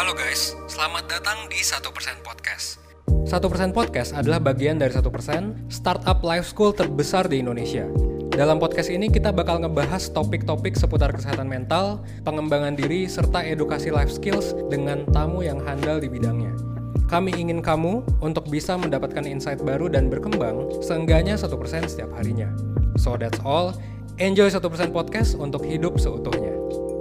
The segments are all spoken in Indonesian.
Halo guys, selamat datang di 1% Podcast. 1% Podcast adalah bagian dari 1% startup life school terbesar di Indonesia. Dalam podcast ini kita bakal ngebahas topik-topik seputar kesehatan mental, pengembangan diri, serta edukasi life skills dengan tamu yang handal di bidangnya. Kami ingin kamu untuk bisa mendapatkan insight baru dan berkembang seenggaknya 1% setiap harinya. So that's all. Enjoy 1% Podcast untuk hidup seutuhnya.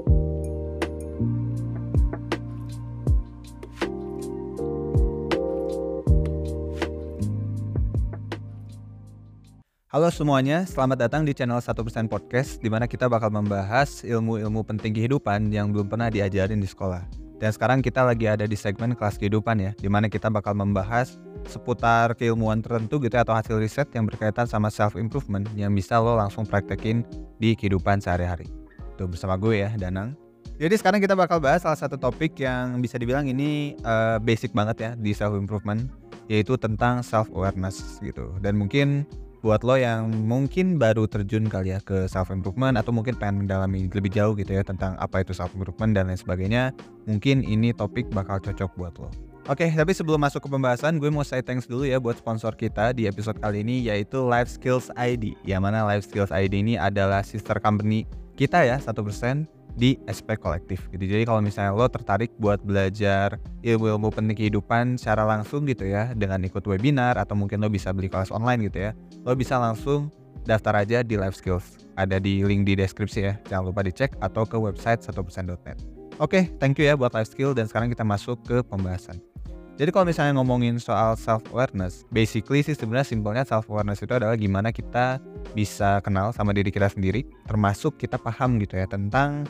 Halo semuanya, selamat datang di channel 1% Podcast, di mana kita bakal membahas ilmu-ilmu penting kehidupan yang belum pernah diajarin di sekolah. Dan sekarang kita lagi ada di segmen kelas kehidupan ya, di mana kita bakal membahas seputar keilmuan tertentu gitu atau hasil riset yang berkaitan sama self-improvement yang bisa lo langsung praktekin di kehidupan sehari-hari. Tuh bersama gue ya, Danang. Jadi sekarang kita bakal bahas salah satu topik yang bisa dibilang ini basic banget ya di self-improvement, yaitu tentang self-awareness gitu. Dan mungkin buat lo yang mungkin baru terjun kali ya ke self-improvement atau mungkin pengen mendalami lebih jauh gitu ya tentang apa itu self-improvement dan lain sebagainya, mungkin ini topik bakal cocok buat lo. Oke, tapi sebelum masuk ke pembahasan, gue mau say thanks dulu ya buat sponsor kita di episode kali ini, yaitu Life Skills ID. Yang mana Life Skills ID ini adalah sister company kita ya, 1% di SP Kolektif gitu. Jadi kalau misalnya lo tertarik buat belajar ilmu-ilmu penting kehidupan secara langsung gitu ya, dengan ikut webinar atau mungkin lo bisa beli kelas online gitu ya, lo bisa langsung daftar aja di Life Skills. Ada di link di deskripsi ya, jangan lupa dicek atau ke website 1%.net. Oke, thank you ya buat Life Skill dan sekarang kita masuk ke pembahasan. Jadi kalau misalnya ngomongin soal self-awareness, basically sih sebenarnya simpelnya self-awareness itu adalah gimana kita bisa kenal sama diri kita sendiri, termasuk kita paham gitu ya tentang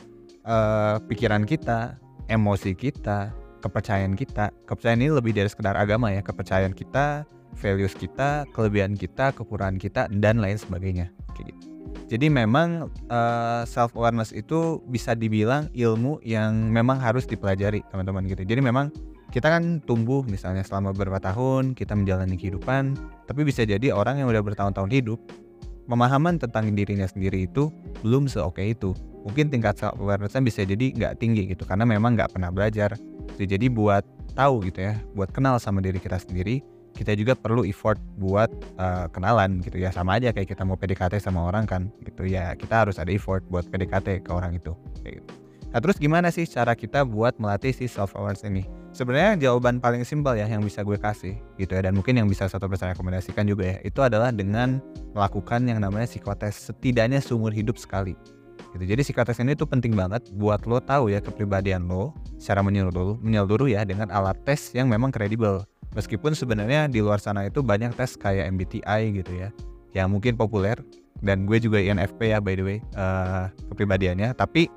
pikiran kita, emosi kita, kepercayaan kita. Kepercayaan ini lebih dari sekedar agama ya, kepercayaan kita, values kita, kelebihan kita, kekurangan kita, dan lain sebagainya kayak gitu. Jadi memang self-awareness itu bisa dibilang ilmu yang memang harus dipelajari teman-teman gitu. Jadi memang kita kan tumbuh misalnya selama beberapa tahun, kita menjalani kehidupan, tapi bisa jadi orang yang udah bertahun-tahun hidup, pemahaman tentang dirinya sendiri itu belum se-oke itu. Mungkin tingkat self-awareness-nya bisa jadi nggak tinggi gitu, karena memang nggak pernah belajar. Jadi buat tahu gitu ya, buat kenal sama diri kita sendiri, kita juga perlu effort buat kenalan gitu ya. Sama aja kayak kita mau PDKT sama orang kan gitu ya, kita harus ada effort buat PDKT ke orang itu kayak gitu. Nah terus gimana sih cara kita buat melatih si self-awareness ini? Sebenarnya jawaban paling simpel ya yang bisa gue kasih gitu ya, dan mungkin yang bisa 1% rekomendasikan juga ya, itu adalah dengan melakukan yang namanya psikotes setidaknya seumur hidup sekali gitu. Jadi psikotes ini tuh penting banget buat lo tahu ya kepribadian lo secara menyeluruh ya, dengan alat tes yang memang kredibel. Meskipun sebenarnya di luar sana itu banyak tes kayak MBTI gitu ya, yang mungkin populer, dan gue juga INFP ya by the way kepribadiannya, tapi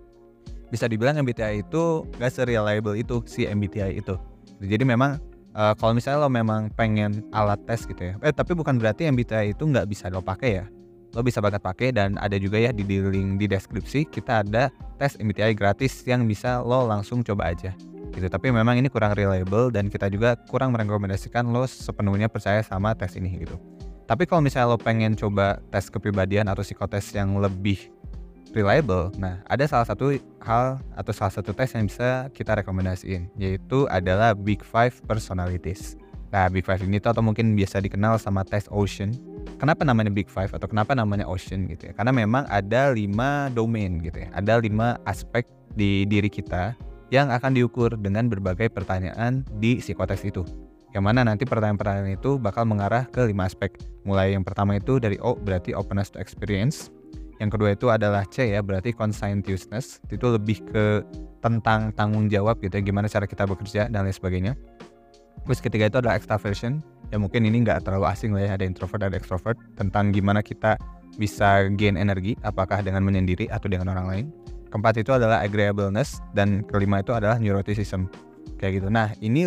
bisa dibilang MBTI itu gak se-reliable itu si MBTI itu. Jadi memang kalau misalnya lo memang pengen alat tes gitu ya, tapi bukan berarti MBTI itu gak bisa lo pakai ya. Lo bisa banget pakai, dan ada juga ya di link di deskripsi kita ada tes MBTI gratis yang bisa lo langsung coba aja gitu. Tapi memang ini kurang reliable dan kita juga kurang merekomendasikan lo sepenuhnya percaya sama tes ini gitu. Tapi kalau misalnya lo pengen coba tes kepribadian atau psikotes yang lebih reliable, nah ada salah satu hal atau salah satu tes yang bisa kita rekomendasiin, yaitu adalah Big Five Personalities. Nah Big Five ini tuh atau mungkin biasa dikenal sama tes Ocean. Kenapa namanya Big Five atau kenapa namanya Ocean gitu ya? Karena memang ada 5 domain gitu ya, ada 5 aspek di diri kita yang akan diukur dengan berbagai pertanyaan di psikotes itu. Yang mana nanti pertanyaan-pertanyaan itu bakal mengarah ke 5 aspek. Mulai yang pertama itu dari O berarti openness to experience. Yang kedua itu adalah C ya, berarti conscientiousness. Itu lebih ke tentang tanggung jawab gitu ya, gimana cara kita bekerja dan lain sebagainya. Terus ketiga itu adalah extraversion. Ya mungkin ini gak terlalu asing lah ya, ada introvert ada extrovert, tentang gimana kita bisa gain energi, apakah dengan menyendiri atau dengan orang lain. Keempat itu adalah agreeableness, dan kelima itu adalah neuroticism kayak gitu. Nah ini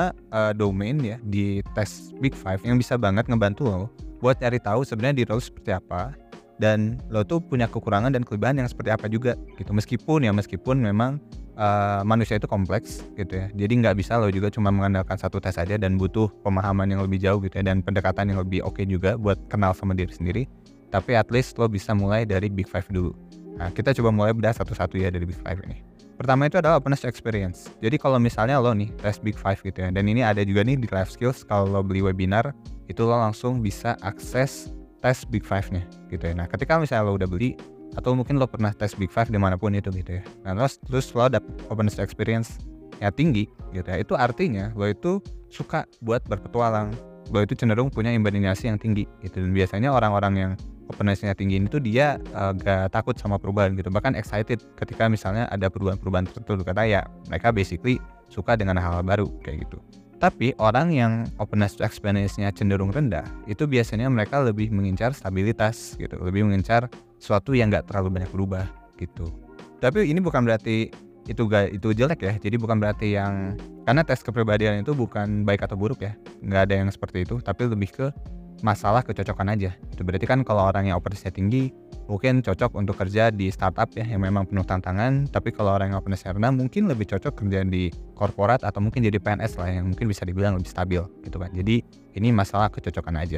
5 domain ya di tes Big Five yang bisa banget ngebantu lo buat cari tahu sebenarnya diri lo seperti apa, dan lo tuh punya kekurangan dan kelebihan yang seperti apa juga gitu. Meskipun memang manusia itu kompleks gitu ya, jadi nggak bisa lo juga cuma mengandalkan satu tes aja, dan butuh pemahaman yang lebih jauh gitu ya, dan pendekatan yang lebih oke juga buat kenal sama diri sendiri. Tapi at least lo bisa mulai dari Big Five dulu. Nah kita coba mulai bedah satu-satu ya dari Big Five ini. Pertama itu adalah openness to experience. Jadi kalau misalnya lo nih tes Big Five gitu ya, dan ini ada juga nih di Life Skills, kalau lo beli webinar itu lo langsung bisa akses tes Big Five-nya gitu ya. Nah ketika misalnya lo udah beli, atau mungkin lo pernah tes Big Five dimanapun itu gitu ya, nah terus lo dapet openness to experience yang tinggi gitu ya, itu artinya lo itu suka buat berpetualang, lo itu cenderung punya imajinasi yang tinggi gitu. Dan biasanya orang-orang yang openness-nya tinggi ini tuh dia gak takut sama perubahan gitu, bahkan excited ketika misalnya ada perubahan-perubahan tertentu, karena ya mereka basically suka dengan hal-hal baru kayak gitu. Tapi orang yang openness to experience-nya cenderung rendah, itu biasanya mereka lebih mengincar stabilitas gitu, lebih mengincar sesuatu yang gak terlalu banyak berubah gitu. Tapi ini bukan berarti itu jelek ya, jadi bukan berarti yang, karena tes kepribadian itu bukan baik atau buruk ya, nggak ada yang seperti itu, tapi lebih ke masalah kecocokan aja. Itu berarti kan kalau orang yang openness-nya tinggi mungkin cocok untuk kerja di startup ya yang memang penuh tantangan, tapi kalau orang yang openness-nya rendah mungkin lebih cocok kerja di korporat atau mungkin jadi PNS lah yang mungkin bisa dibilang lebih stabil gitu kan. Jadi ini masalah kecocokan aja.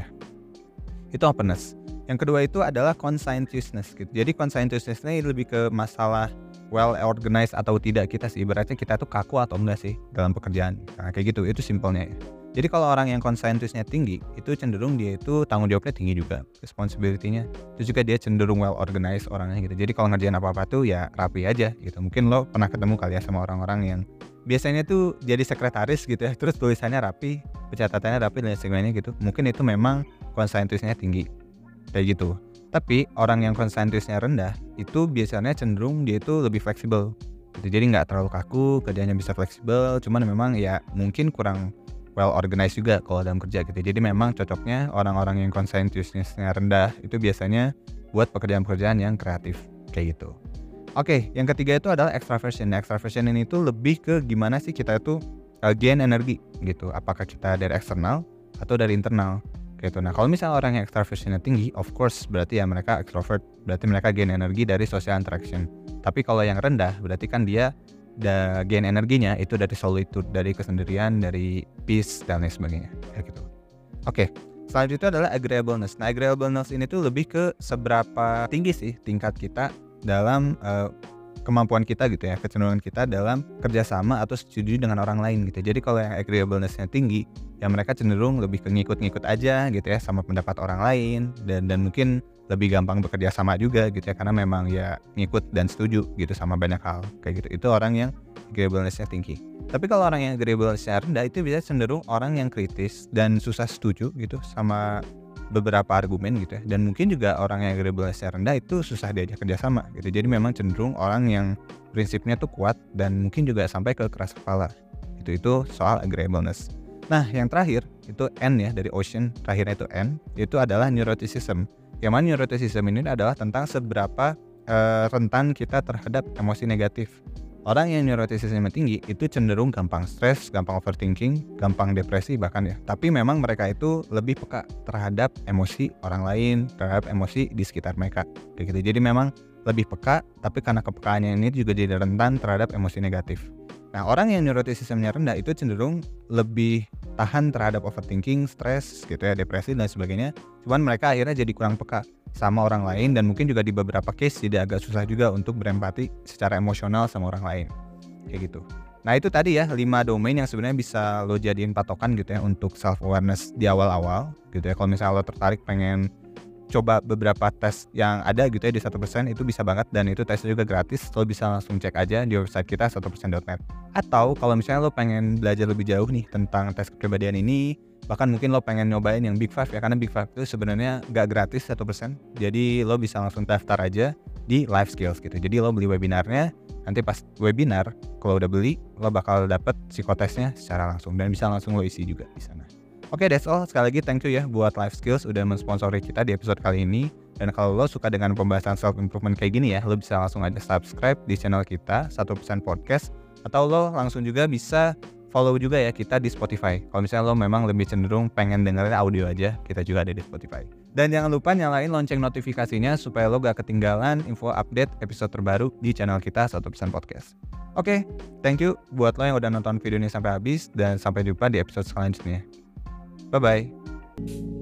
Itu openness. Yang kedua itu adalah conscientiousness gitu. Jadi conscientiousness ini lebih ke masalah well organized atau tidak kita sih. Ibaratnya kita tuh kaku atau enggak sih dalam pekerjaan. Nah kayak gitu, itu simpelnya ya. Jadi kalau orang yang conscientiousnya tinggi, itu cenderung dia itu tanggung jawabnya tinggi juga, responsibility-nya. Terus juga dia cenderung well organized orangnya gitu. Jadi kalau ngerjain apa-apa tuh ya rapi aja gitu. Mungkin lo pernah ketemu kali ya sama orang-orang yang biasanya tuh jadi sekretaris gitu ya, terus tulisannya rapi, pencatatannya rapi dan sebagainya gitu. Mungkin itu memang conscientiousnya tinggi kayak gitu. Tapi orang yang conscientiousnya rendah itu biasanya cenderung dia itu lebih fleksibel gitu. Jadi nggak terlalu kaku, kerjanya bisa fleksibel, cuman memang ya mungkin kurang well organized juga kalau dalam kerja gitu. Jadi memang cocoknya orang-orang yang conscientiousnya rendah itu biasanya buat pekerjaan-pekerjaan yang kreatif kayak gitu. Oke, yang ketiga itu adalah extraversion. Nah, extraversion ini tuh lebih ke gimana sih kita itu gain energi gitu. Apakah kita dari eksternal atau dari internal gitu. Nah, kalau misalnya orang yang extraversionnya tinggi, of course berarti ya mereka extrovert, berarti mereka gain energi dari social interaction. Tapi kalau yang rendah berarti kan dia gain energinya itu dari solitude, dari kesendirian, dari peace dan lain sebagainya kayak gitu. Oke, selanjutnya adalah agreeableness. Nah, agreeableness ini tuh lebih ke seberapa tinggi sih tingkat kita dalam kemampuan kita gitu ya, kecenderungan kita dalam kerjasama atau setuju dengan orang lain gitu. Jadi kalau yang agreeableness-nya tinggi, ya mereka cenderung lebih ke ngikut-ngikut aja gitu ya sama pendapat orang lain, dan mungkin lebih gampang bekerja sama juga gitu ya, karena memang ya ngikut dan setuju gitu sama banyak hal kayak gitu. Itu orang yang agreeableness-nya tinggi. Tapi kalau orang yang agreeableness-nya rendah itu bisa cenderung orang yang kritis dan susah setuju gitu sama beberapa argumen gitu ya, dan mungkin juga orang yang agreeableness-nya rendah itu susah diajak kerjasama gitu. Jadi memang cenderung orang yang prinsipnya tuh kuat dan mungkin juga sampai ke keras kepala. Itu soal agreeableness. Nah, yang terakhir itu N ya, dari Ocean, terakhirnya itu N, itu adalah neuroticism. Yang mana neuroticism ini adalah tentang seberapa rentan kita terhadap emosi negatif. Orang yang neuroticismnya tinggi itu cenderung gampang stres, gampang overthinking, gampang depresi bahkan ya. Tapi memang mereka itu lebih peka terhadap emosi orang lain, terhadap emosi di sekitar mereka kayak gitu. Jadi memang lebih peka, tapi karena kepekaannya ini juga jadi rentan terhadap emosi negatif. Nah, orang yang neuroticismnya rendah itu cenderung lebih tahan terhadap overthinking, stres gitu ya, depresi dan sebagainya. Cuman mereka akhirnya jadi kurang peka sama orang lain, dan mungkin juga di beberapa case jadi agak susah juga untuk berempati secara emosional sama orang lain kayak gitu. Nah, itu tadi ya 5 domain yang sebenarnya bisa lo jadiin patokan gitu ya untuk self awareness di awal-awal gitu ya. Kalau misalnya lo tertarik pengen coba beberapa tes yang ada gitu ya di 1%, itu bisa banget, dan itu tesnya juga gratis. Lo bisa langsung cek aja di website kita 1%.net. Atau kalau misalnya lo pengen belajar lebih jauh nih tentang tes kepribadian ini, bahkan mungkin lo pengen nyobain yang Big Five ya, karena Big Five itu sebenarnya gak gratis 1%. Jadi lo bisa langsung daftar aja di Life Skills gitu. Jadi lo beli webinarnya, nanti pas webinar kalau udah beli lo bakal dapet psikotesnya secara langsung, dan bisa langsung lo isi juga di sana. Oke, that's all. Sekali lagi thank you ya buat Life Skills udah mensponsori kita di episode kali ini. Dan kalau lo suka dengan pembahasan self improvement kayak gini ya, lo bisa langsung aja subscribe di channel kita 1% Podcast, atau lo langsung juga bisa follow juga ya kita di Spotify. Kalau misalnya lo memang lebih cenderung pengen dengerin audio aja, kita juga ada di Spotify. Dan jangan lupa nyalain lonceng notifikasinya supaya lo gak ketinggalan info update episode terbaru di channel kita 1% Podcast. Oke, thank you buat lo yang udah nonton video ini sampai habis, dan sampai jumpa di episode selanjutnya. Bye-bye.